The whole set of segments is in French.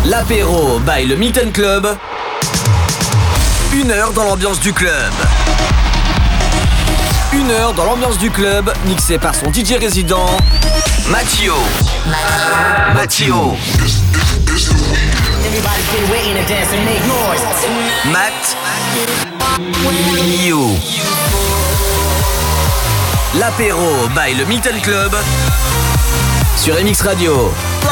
L'apéro by le Milton Club. 1 heure dans l'ambiance du club. 1 heure dans l'ambiance du club, mixé par son DJ résident, Mattio. L'apéro by le Milton Club sur MX Radio.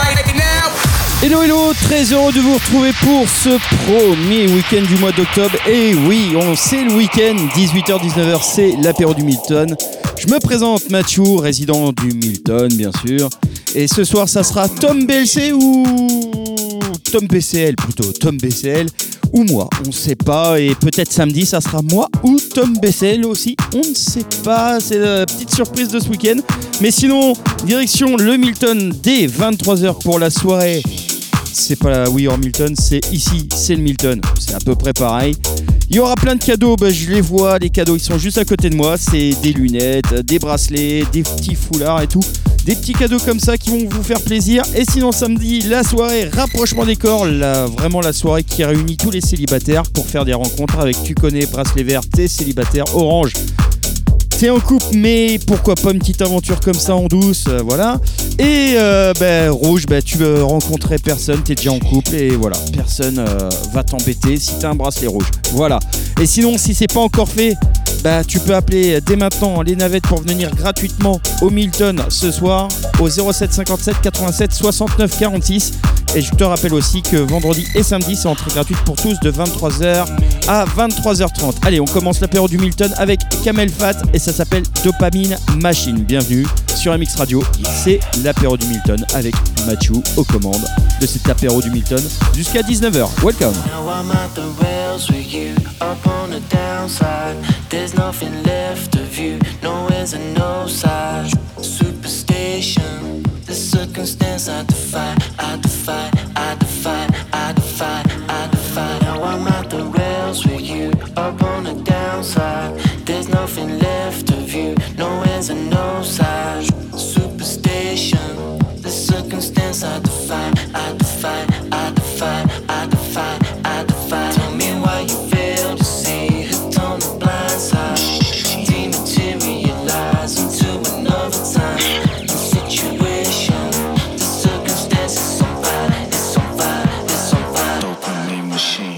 Hello, très heureux de vous retrouver pour ce premier week-end du mois d'octobre. Et oui, c'est le week-end, 18h-19h, c'est l'apéro du Milton. Je me présente, Mathieu, résident du Milton, bien sûr. Et ce soir, ça sera Tom BLC ou Tom BCL plutôt, Tom BCL ou moi, on ne sait pas. Et peut-être samedi, ça sera moi ou Tom BCL aussi, on ne sait pas. C'est la petite surprise de ce week-end. Mais sinon, direction le Milton dès 23h pour la soirée. C'est pas la We Are Milton, c'est ici, c'est le Milton. C'est à peu près pareil. Il y aura plein de cadeaux, je les vois, les cadeaux ils sont juste à côté de moi. C'est des lunettes, des bracelets, des petits foulards et tout. Des petits cadeaux comme ça qui vont vous faire plaisir. Et sinon samedi, la soirée rapprochement des corps, vraiment la soirée qui réunit tous les célibataires pour faire des rencontres avec, tu connais, bracelet vert, t'es célibataire, orange. T'es en couple, mais pourquoi pas une petite aventure comme ça en douce, voilà. Et rouge, tu veux rencontrer personne, t'es déjà en couple et voilà, personne va t'embêter si t'as un bracelet rouge. Voilà. Et sinon, si c'est pas encore fait, tu peux appeler dès maintenant les navettes pour venir gratuitement au Milton ce soir au 07 57 87 69 46. Et je te rappelle aussi que vendredi et samedi, c'est entrée gratuite pour tous de 23h à 23h30. Allez, on commence l'apéro du Milton avec Kamel Fat et ça s'appelle Dopamine Machine. Bienvenue sur MX Radio, c'est l'apéro du Milton avec Mathieu aux commandes de cet apéro du Milton jusqu'à 19h. Welcome. Now I'm at the rails with you, up on the downside. There's nothing left of you, nowhere's a no side. Superstation, the circumstance I defy, I defy, I defy, I defy, I defy. Now I'm at the rails with you, up on the downside. There's nothing left of you, nowhere's a no side. Superstation, the circumstance I defy, I defy, I defy, I defy, I defy. Tell me why you fail to see it on the blind side. Dematerialize into another time and situation. The circumstances on fire, it's on fire, it's on fire. Dopamine machine.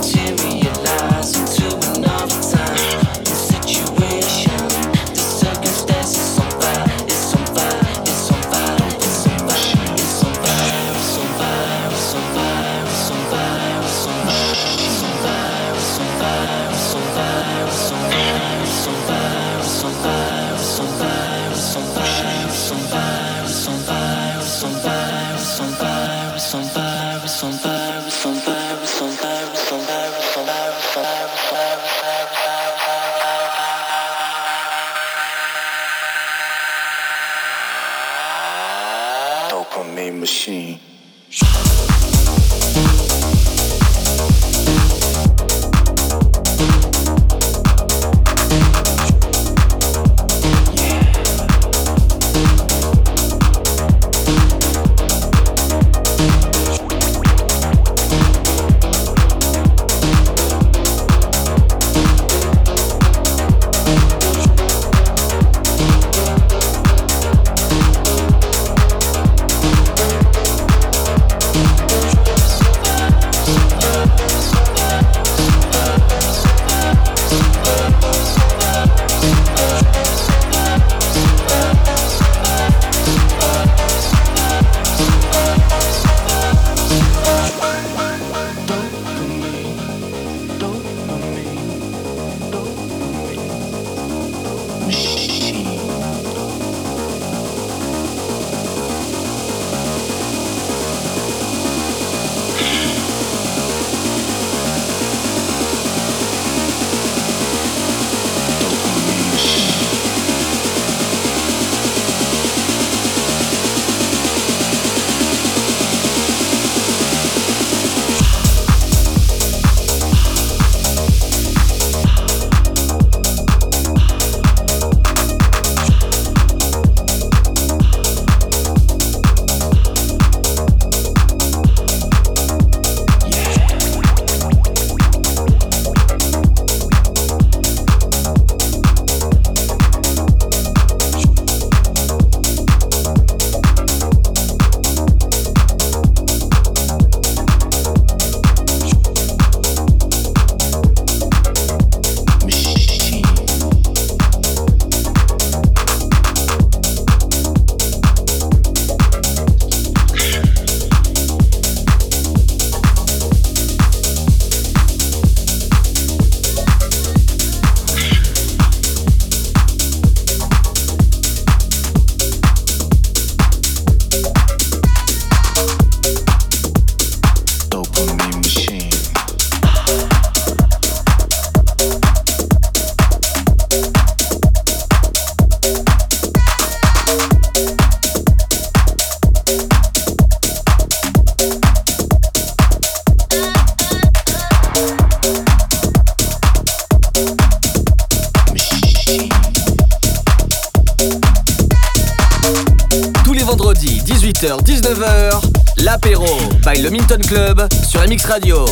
Circumstances machine. Vendredi 18h-19h, l'apéro by le Milton Club sur MX Radio.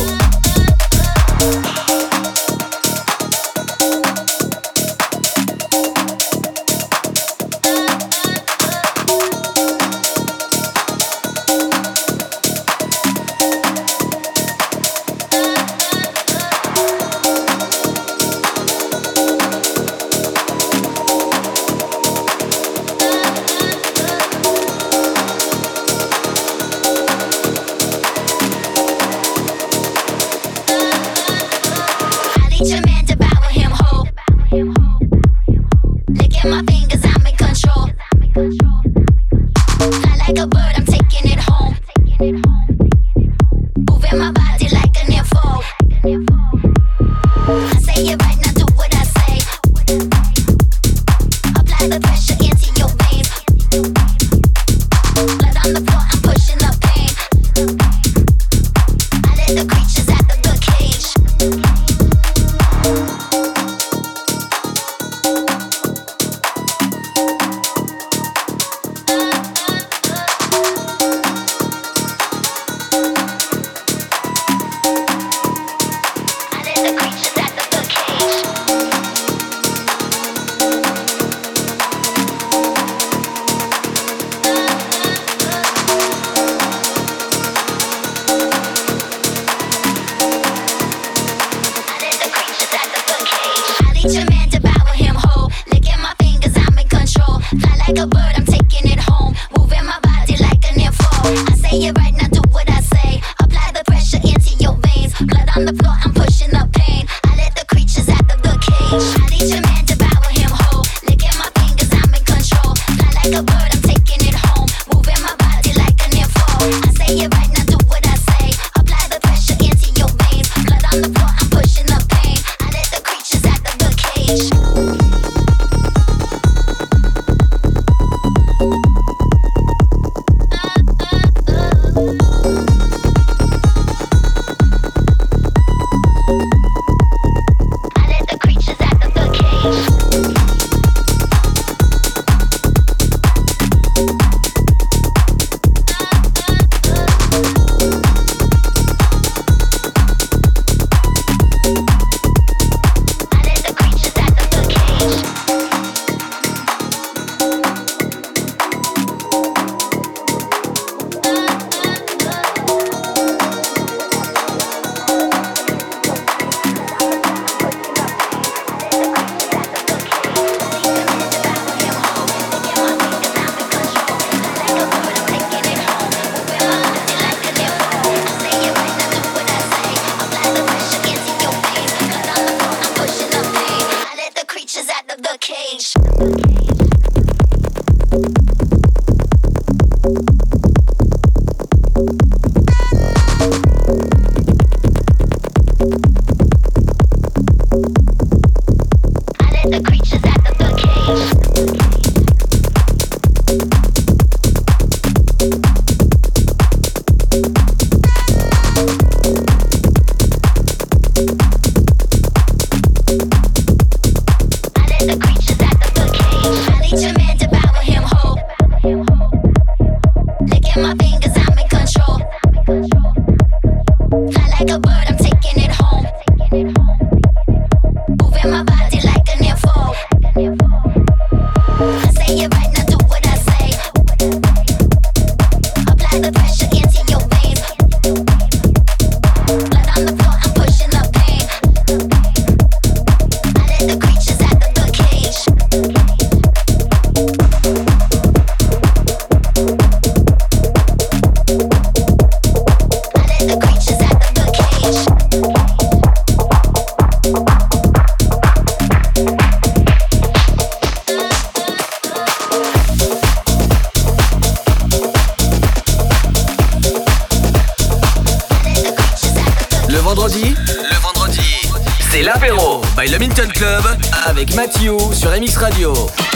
C'est l'apéro by le Minton Club avec Mathieu sur MX Radio.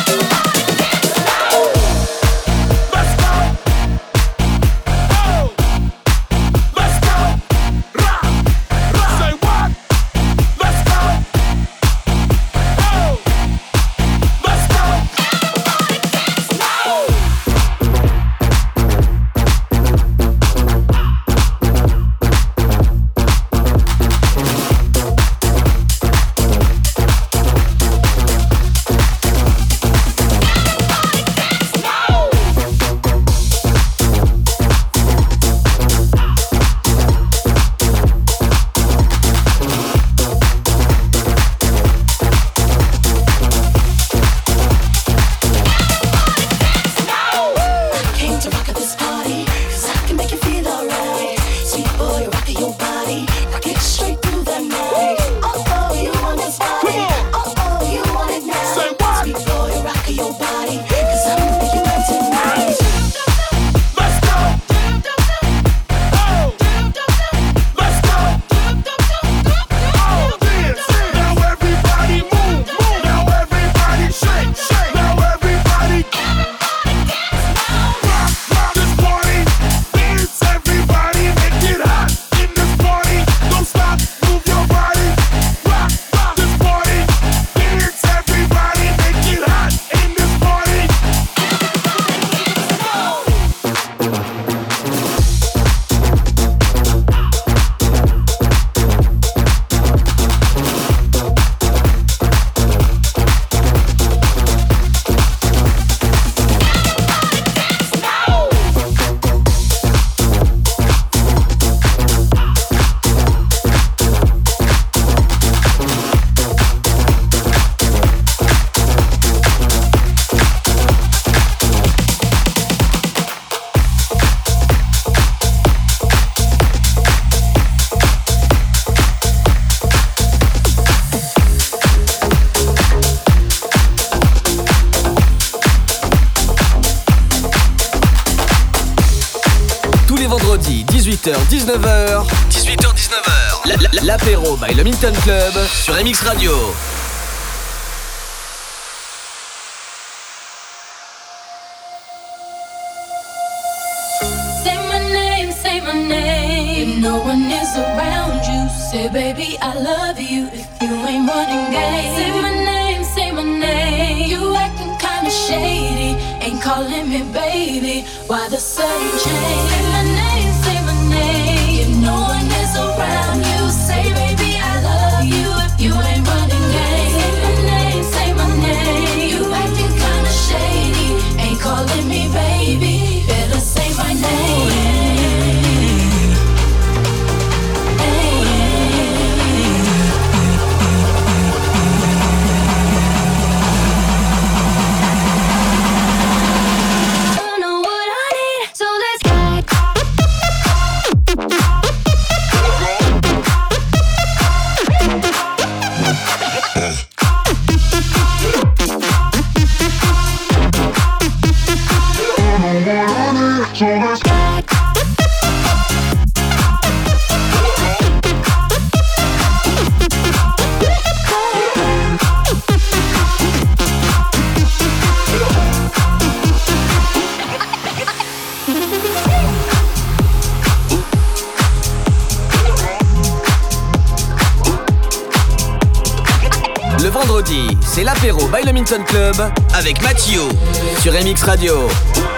Vendredi 18h-19h 18h-19h l'apéro by le Minton Club sur MX Radio. Say my name if no one is around you. Say baby I love you if you ain't running game. Say my name, you acting kinda shady, ain't calling me baby, why the sudden change? Say my name, if no one is around you. Say baby I love you if you ain't running game. Say my name, you acting kinda shady, ain't calling me baby, better say my name. You know what I need, so let's ride. c'est l'apéro by le Minton Club avec Mathieu sur MX Radio.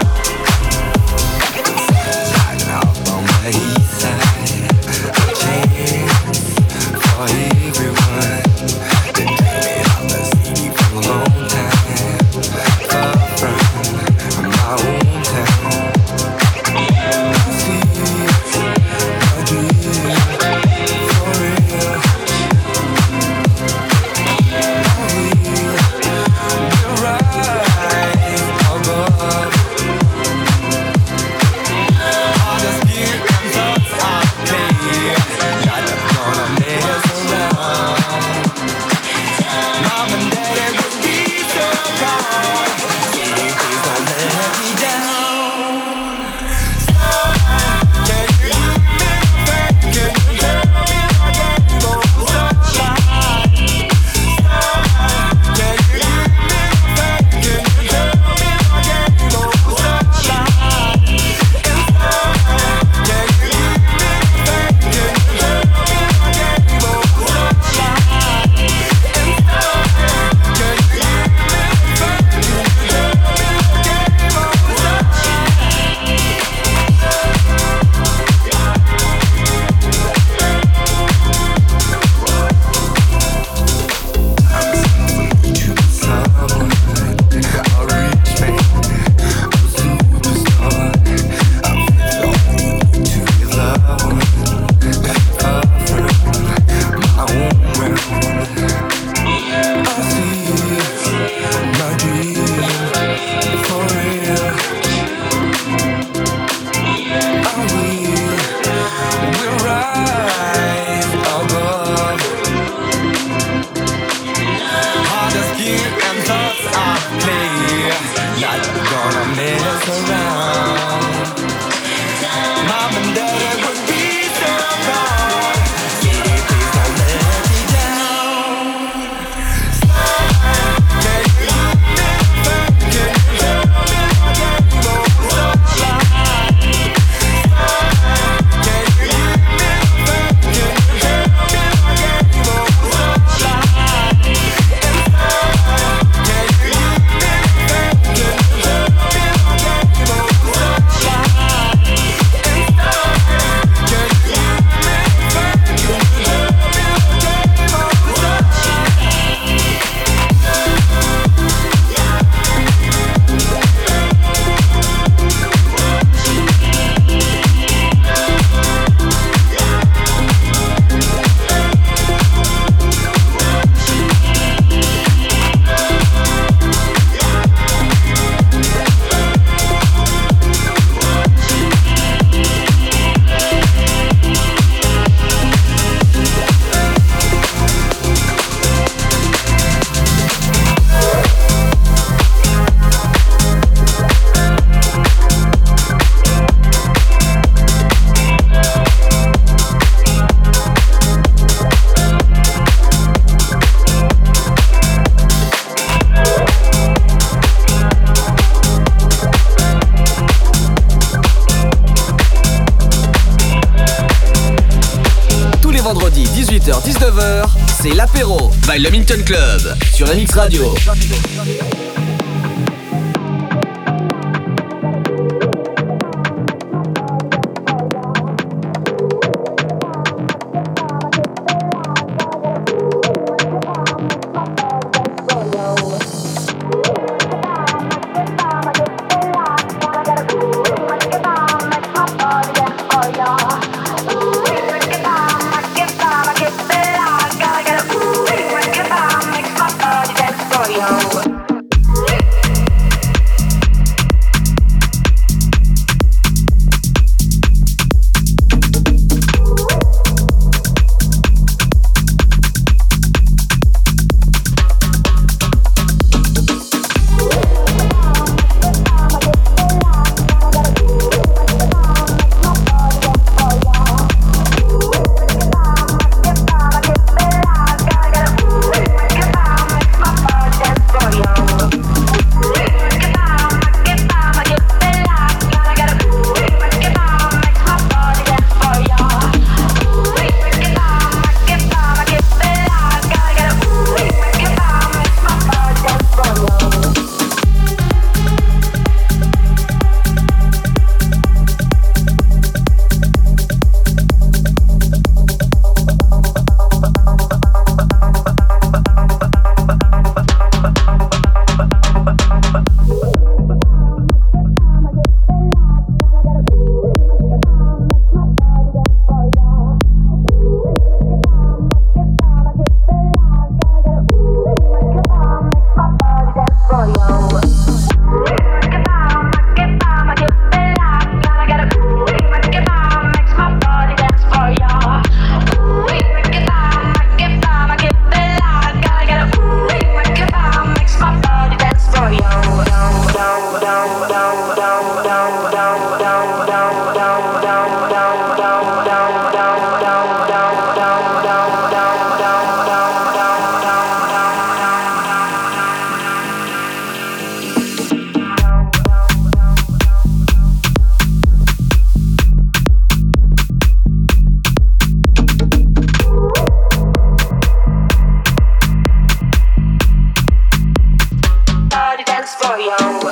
Vendredi 18h-19h, c'est l'apéro by le Minton Club sur MX Radio. body dance for you.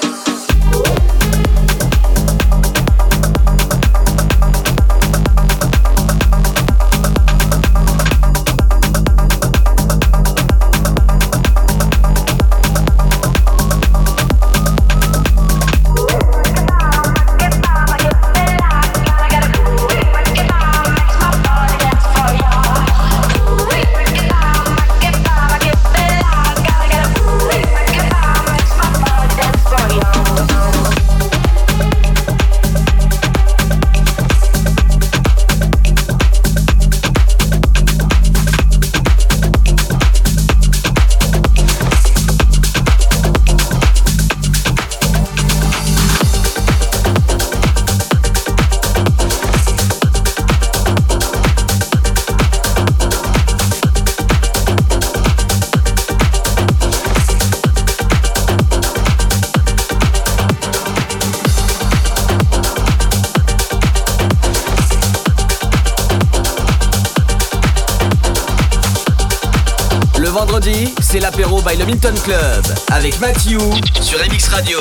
Vendredi, c'est l'apéro by le Milton Club avec Mathieu sur MX Radio.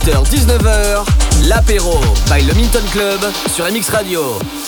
18h-19h, l'apéro by le Minton Club sur MX Radio.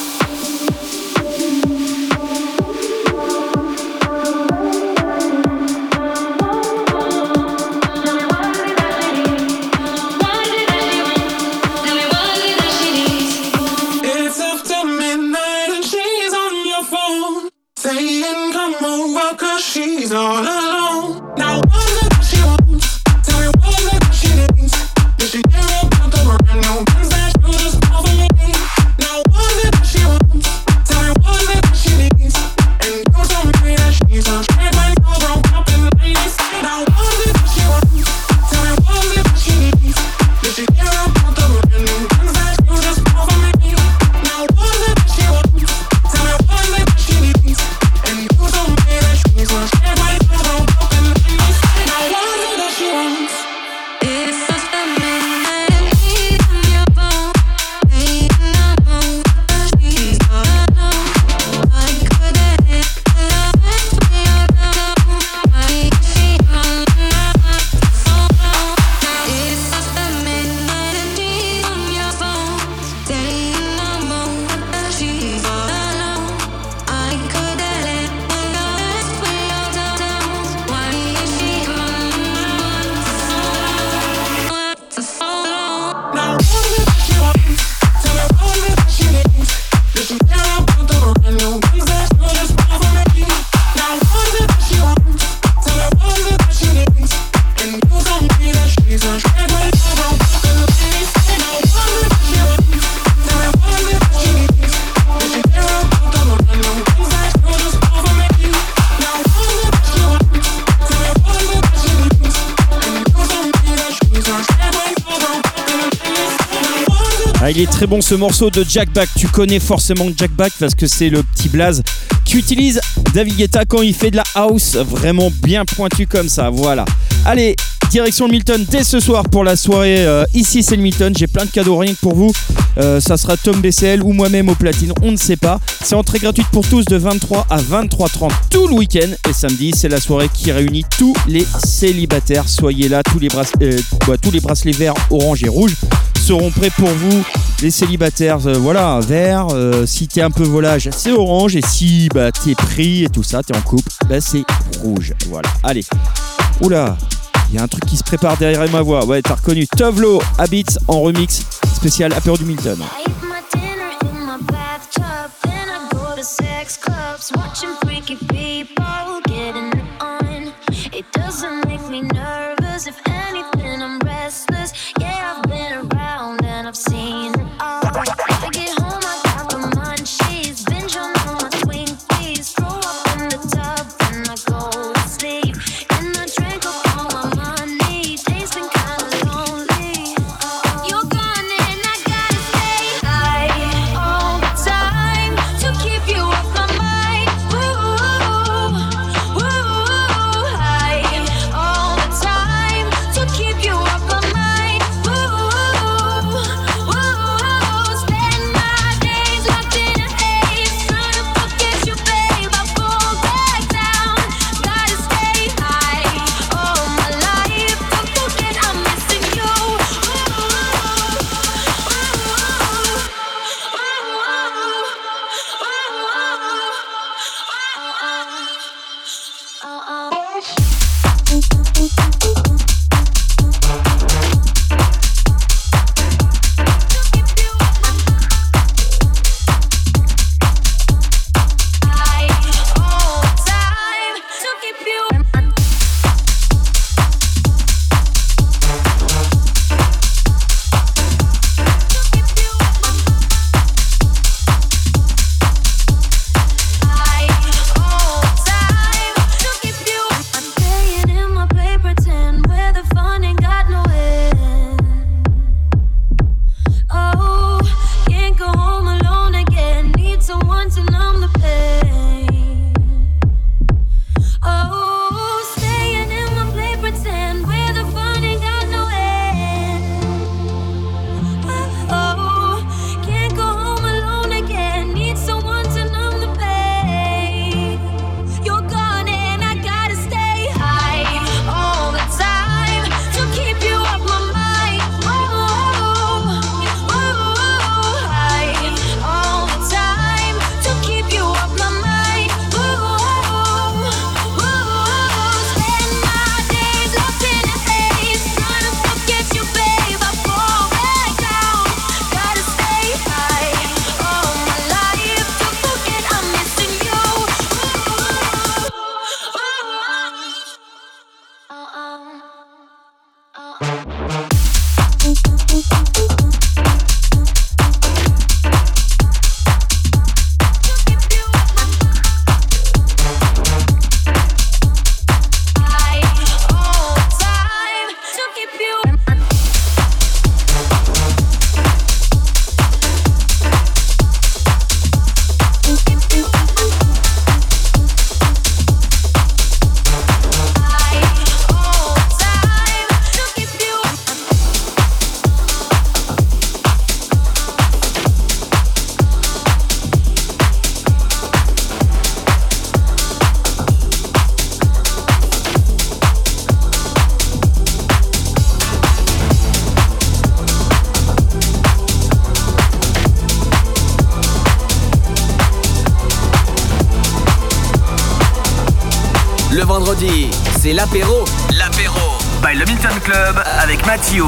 Saying come over 'cause she's all alone. Now what is it that she wants? Tell me what is it that she needs? Did she hear about the brand new ones that you just bought for me? Now what is it that she wants? Tell me what is it that she needs? And you told me that she's a straight when you broke up in the 90s. Now what is it that she wants? Tell me what is it that she needs? Did she hear about the brand new ones that you just bought for me? Now what is it that she wants? Tell me what is it that she needs? And you told me that she's a straight when you broke up in the 90s. Now what is it that she wants? It's just a minute and she's on your phone. Ain't no more, she's all alone. I couldn't hit the rest we are alone. Why is she on so long? It's just a minute and she's on your phone. Ain't no more, she's all alone. I couldn't hit the rest we are alone. Why is she on so long? Now what is it that she wants? Tell me what is it that she needs? Did she hear about the brand new ones that you just bought for me? Now what is it that she wants? Tell me what is it that she needs? And you told me that she's a straight when you broke up in the 90s. Now what is it that she wants? Tell me what is it that she needs? Did she hear about the brand new ones that you just bought for me? Now what is it that she wants? Tell me what is it that she needs? And you told me that she's a straight when you broke up in the 90s. Now what is it? Ah, il est très bon ce morceau de Jack Black. Tu connais forcément Jack Black parce que c'est le petit blaze qu'utilise David Guetta quand il fait de la house vraiment bien pointu comme ça. Voilà. Allez, direction le Milton dès ce soir pour la soirée. Ici c'est le Milton. J'ai plein de cadeaux rien que pour vous. Ça sera Tom BCL ou moi-même au platine, on ne sait pas. C'est entrée gratuite pour tous de 23 à 23h30 tout le week-end. Et samedi, c'est la soirée qui réunit tous les célibataires. Soyez là, tous les bracelets verts, orange et rouge seront prêts pour vous. Les célibataires, voilà, vert. Si t'es un peu volage, c'est orange. Et si t'es pris et tout ça, t'es en couple, c'est rouge. Voilà, allez. Oula, il y a un truc qui se prépare derrière ma voix. Ouais, t'as reconnu Tovlo Habits en remix spécial apéro du Milton. I eat my dinner in my bathtub, then I go to sex clubs, watching freaky people getting it on. It doesn't make me nervous, if anything I'm restless. Yeah, I've been around and I've seen it all. I get home, I got the munchies, binge on all my Twinkies, throw up in the tub, then I go to sleep. And I drank up all my money, tasting kinda lonely. You're gone and I gotta stay. Le vendredi, c'est l'apéro. L'apéro by le Milton Club avec Mathieu.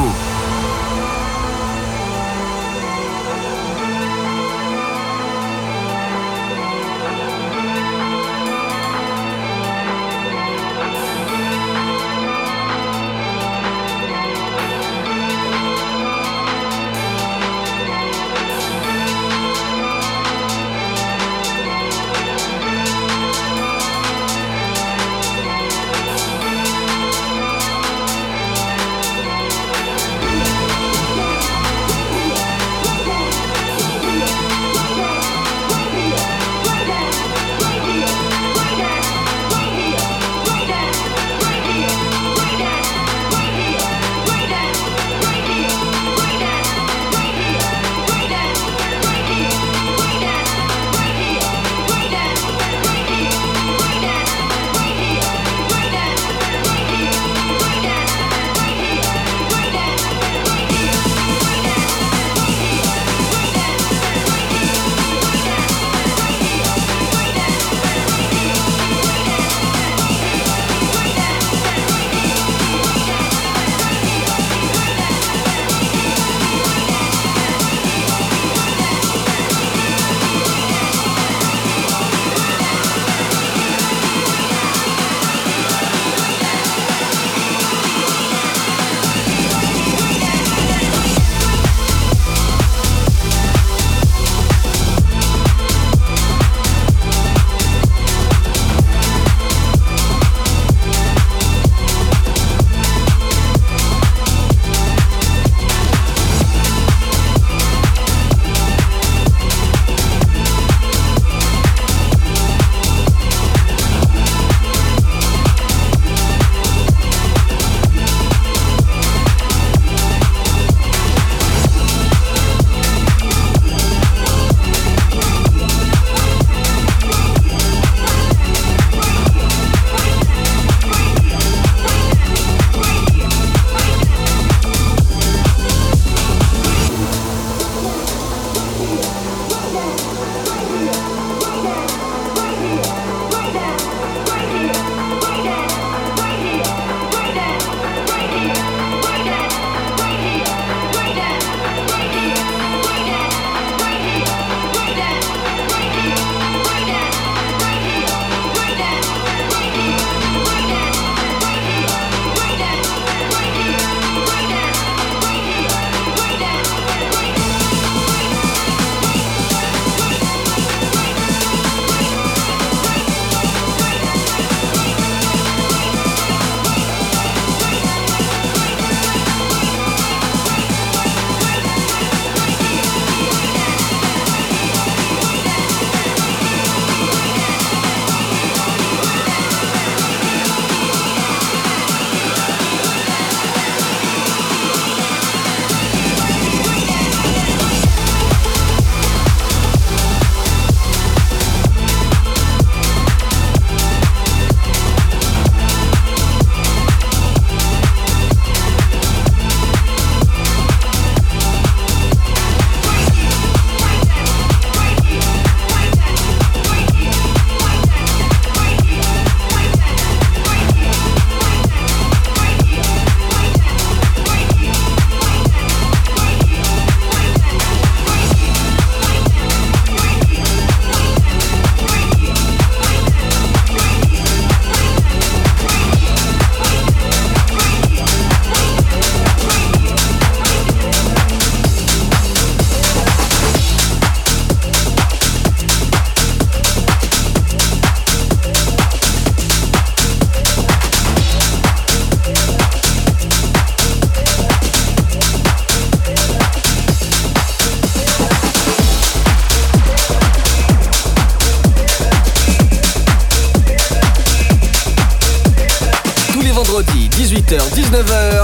vendredi 18h-19h.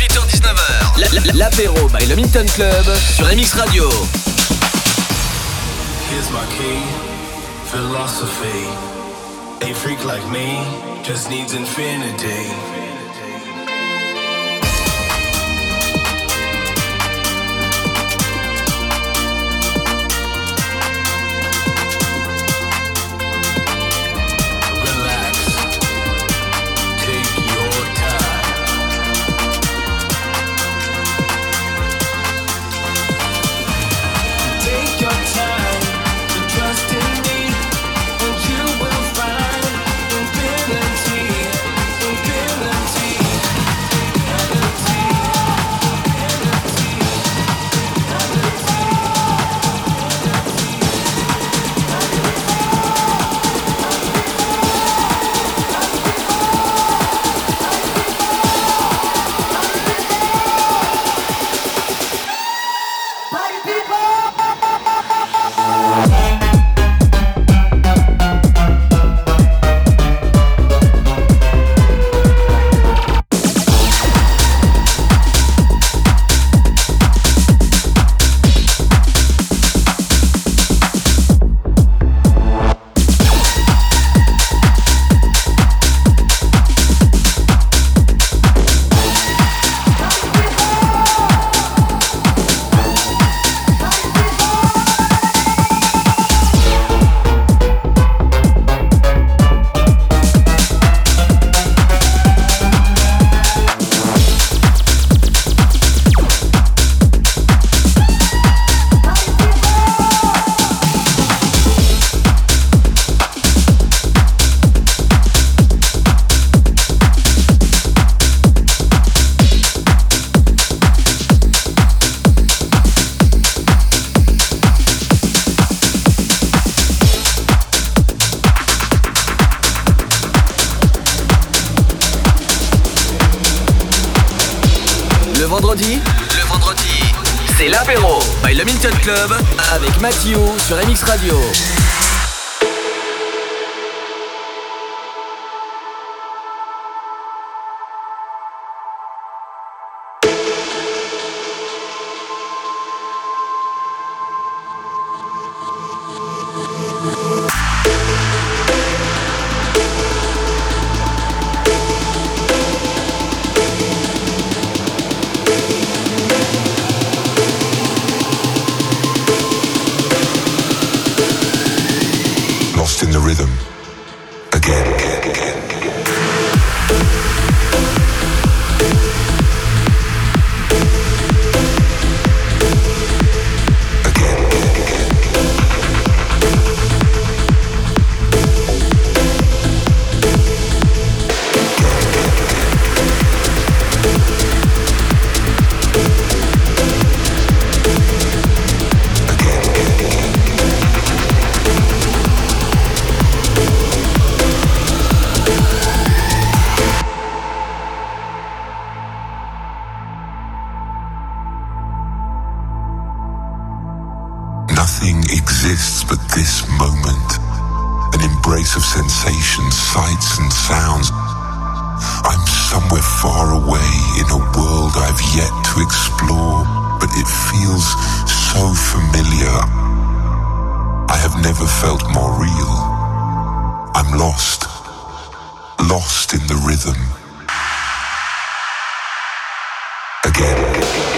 18h-19h. L'apéro by le Milton Club sur MX Radio. Here's my key, philosophy. A freak like me just needs infinity. vendredi, c'est l'apéro by le Milton Club avec Mathieu sur MX Radio. Nothing exists but this moment, an embrace of sensations, sights and sounds. I'm somewhere far away in a world I've yet to explore, but it feels so familiar. I have never felt more real. I'm lost in the rhythm. Again.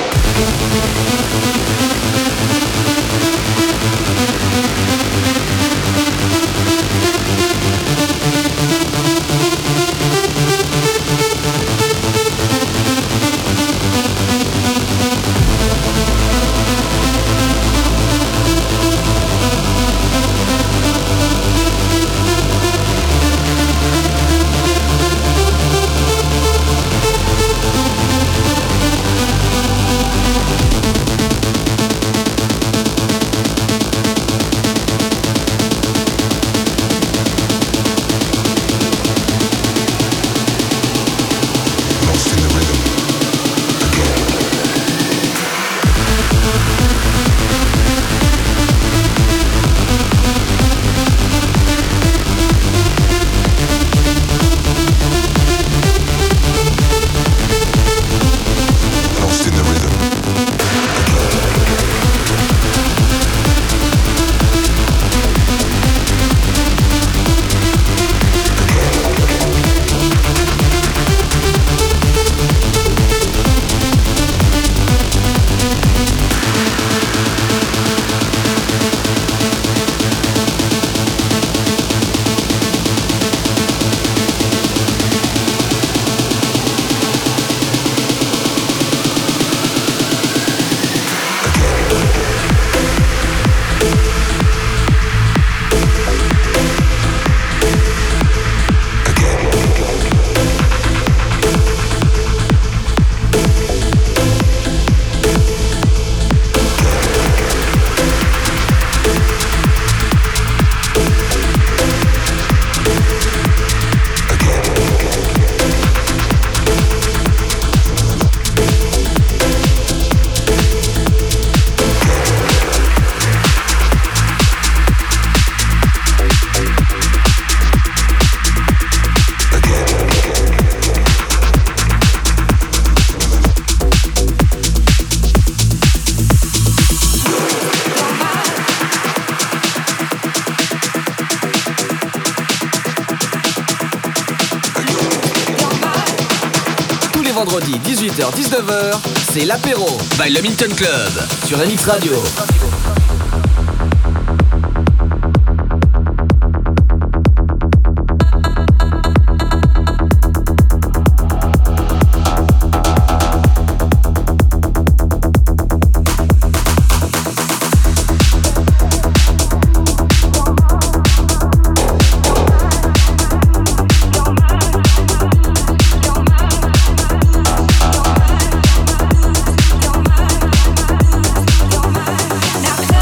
Vendredi 18h-19h, c'est l'apéro by le Milton Club sur MX Radio. Now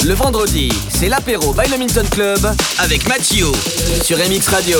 Le vendredi, c'est l'apéro by le Minton Club avec Mathieu sur MX Radio.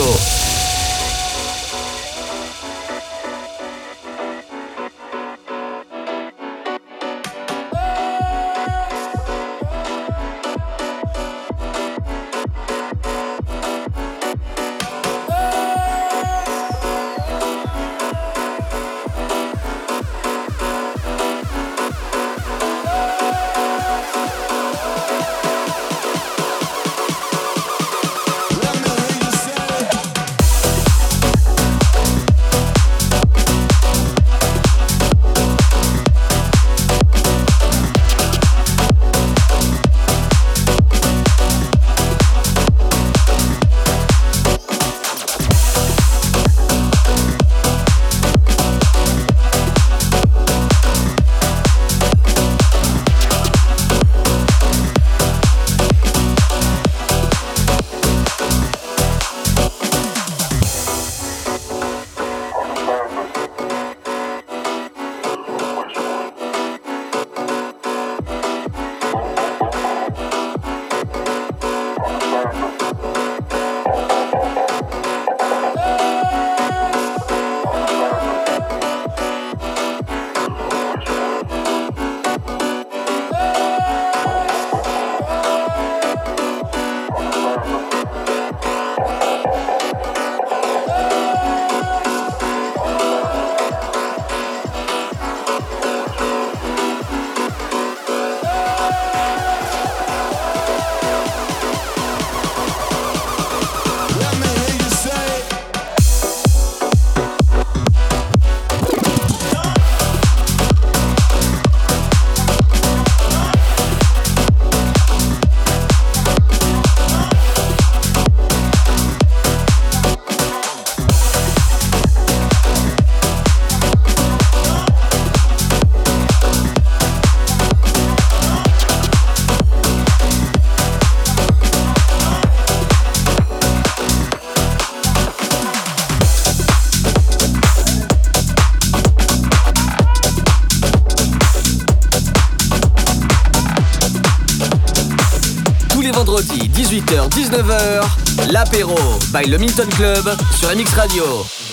Vendredi 18h-19h, l'apéro by le Minton Club sur MX Radio.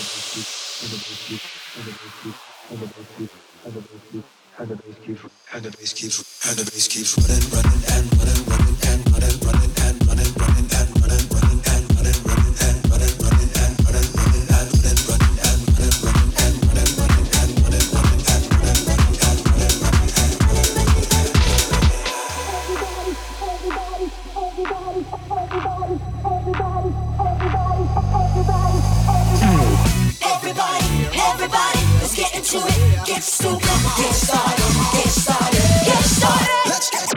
Everybody, let's get into it. Get stupid, get started, get started, get started. Let's get.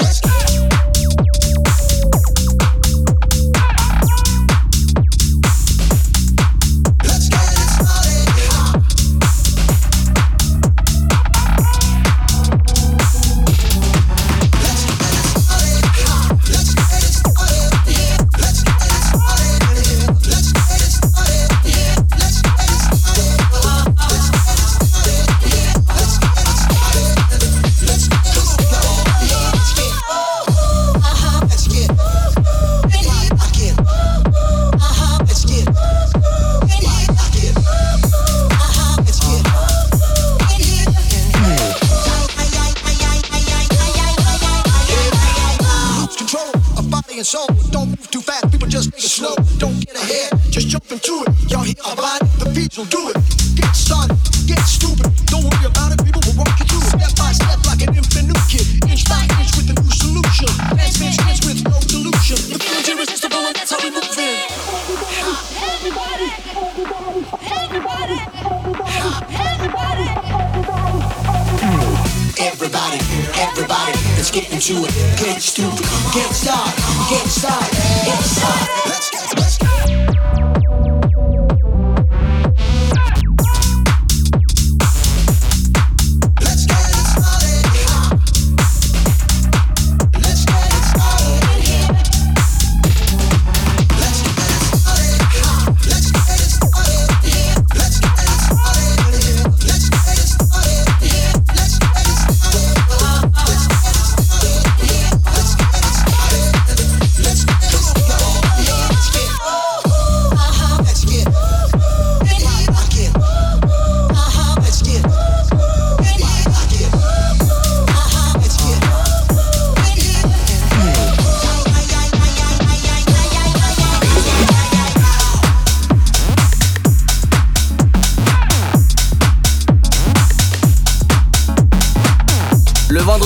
Soul. Don't move too fast, people just take it slow. Don't get ahead, just jump into it. Y'all hear our body, the beats will do it. Get started, get stupid. Don't worry about it, people will walk you through it. Step by step like an infant new kid. Inch by inch with a new solution. Dance with no delusion. The feeling's irresistible and that's how we move in. Everybody, everybody, everybody, everybody, everybody, everybody, everybody, let's get into it. Get stupid, get started, get started, get started. Let's get.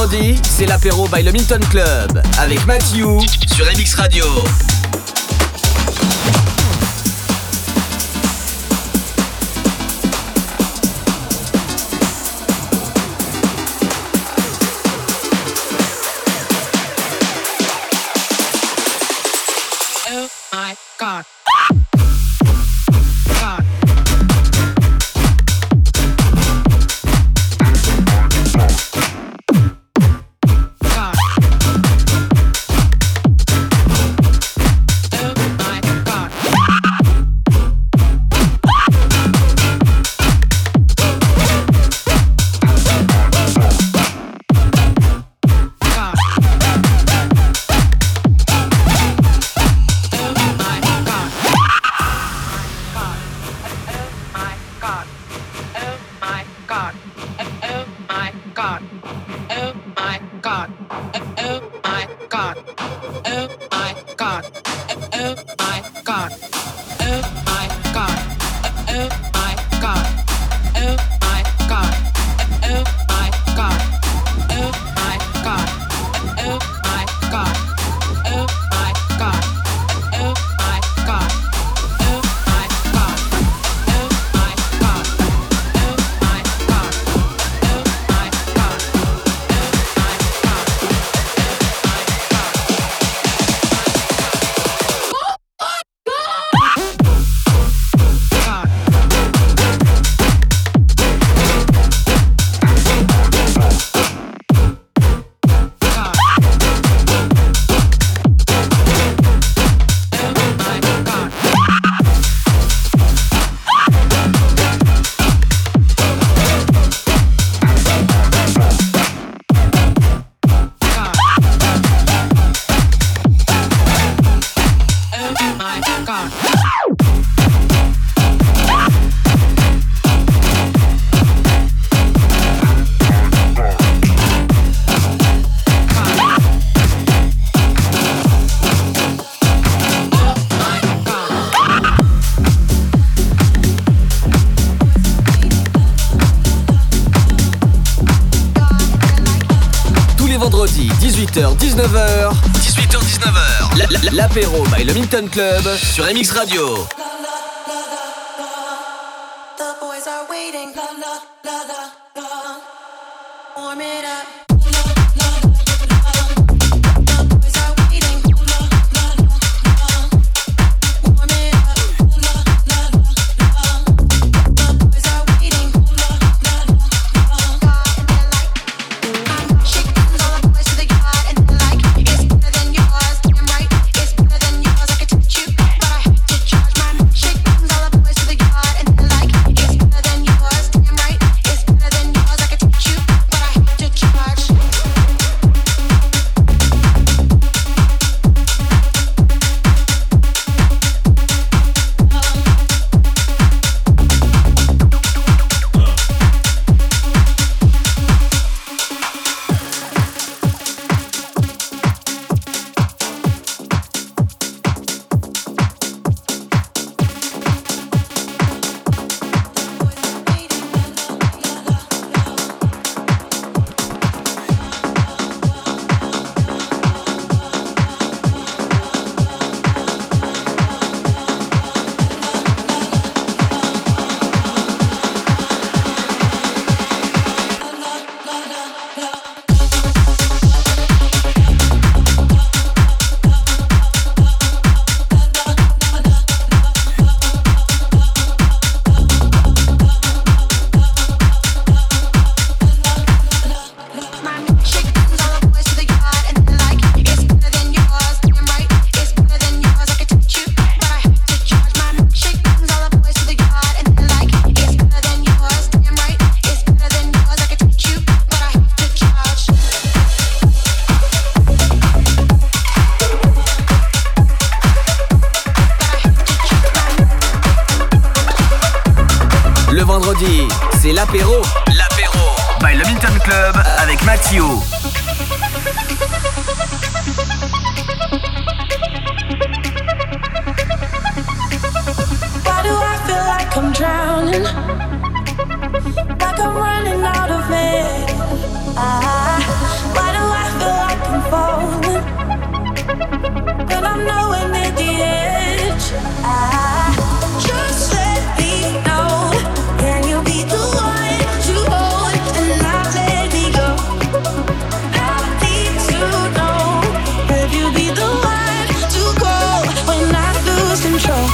vendredi, c'est l'apéro by le Milton Club avec Mathieu sur MX Radio. Oh my God. Vendredi 18h-19h 18h-19h l'apéro by le Milton Club sur MX Radio. The boys are waiting. Warm it up. vendredi, c'est l'apéro. L'apéro by le Milton Club avec Mathieu. Why do I feel like I'm drowning? Like I'm running out of air. Why I'm nowhere near the edge. Just let me know. Can you be the one to hold and not let me go? I need to know. Could you be the one to go when I lose control?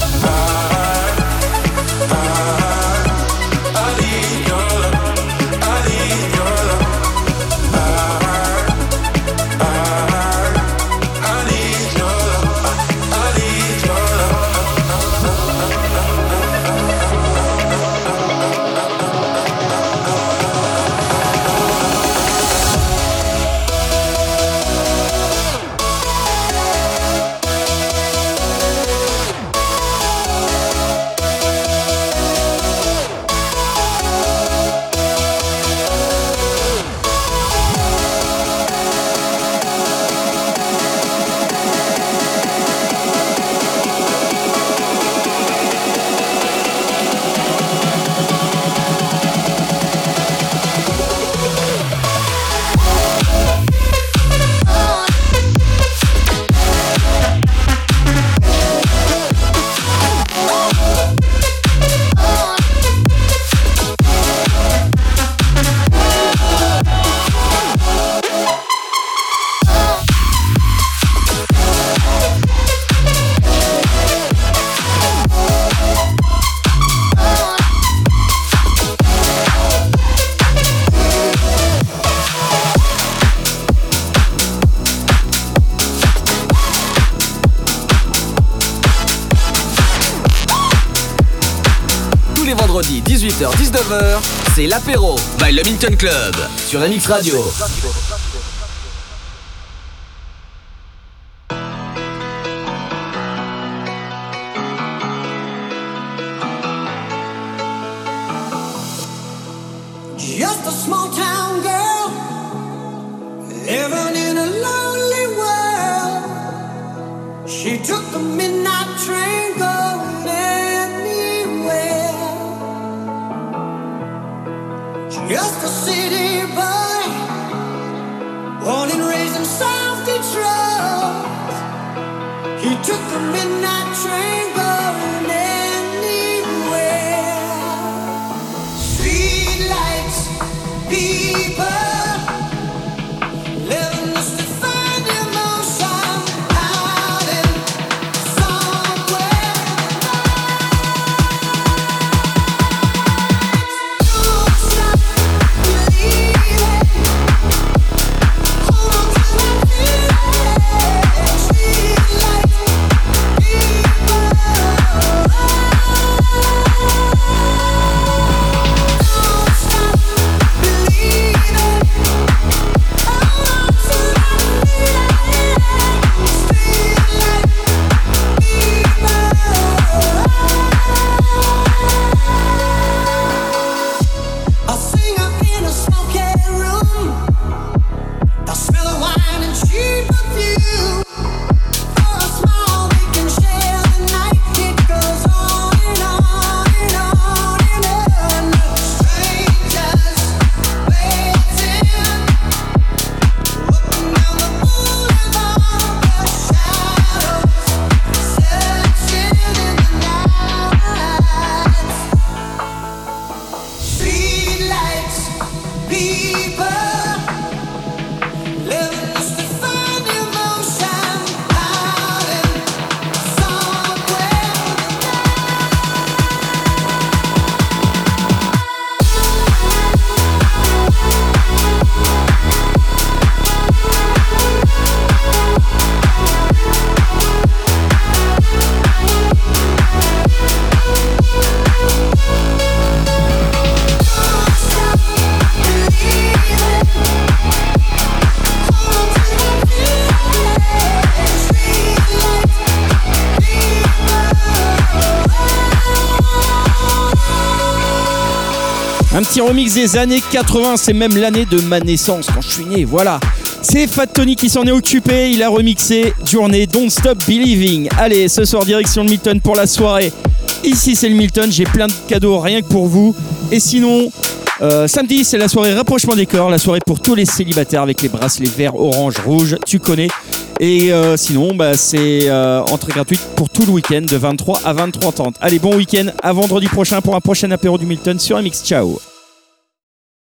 Vendredi 18h-19h, c'est l'apéro by le Milton Club sur MX Radio. Just a small town girl living in a lonely world. She took the midnight train going anywhere. Just a city boy, born and raised in South Detroit. He took the midnight train going anywhere. Street lights, people, living just to find emotion out in somewhere. Don't stop believing. Hold on to my feelings. Street lights, people. Don't stop believing. Hold on to my feelings. Street lights, people. A singer in a smoky room. The smell of wine and cheap perfume. For a smile we can share the night. It goes on and on and on and on. Strangers waiting, walking down the boulevard. The shadows searching in the night. Street lights, people, living just to find emotion out in somewhere. Don't stop believing. Hold on to my feelings. Street lights, people. Un petit remix des années 80, c'est même l'année de ma naissance quand je suis né, voilà. C'est Fat Tony qui s'en est occupé, il a remixé Journée Don't Stop Believing. Allez, ce soir direction le Milton pour la soirée. Ici c'est le Milton, j'ai plein de cadeaux rien que pour vous. Et sinon, samedi c'est la soirée rapprochement des corps, la soirée pour tous les célibataires avec les bracelets verts, orange, rouge, tu connais. Et sinon, c'est entrée gratuite pour tout le week-end de 23 à 23h30. Allez, bon week-end, à vendredi prochain pour un prochain apéro du Milton sur MX. Ciao.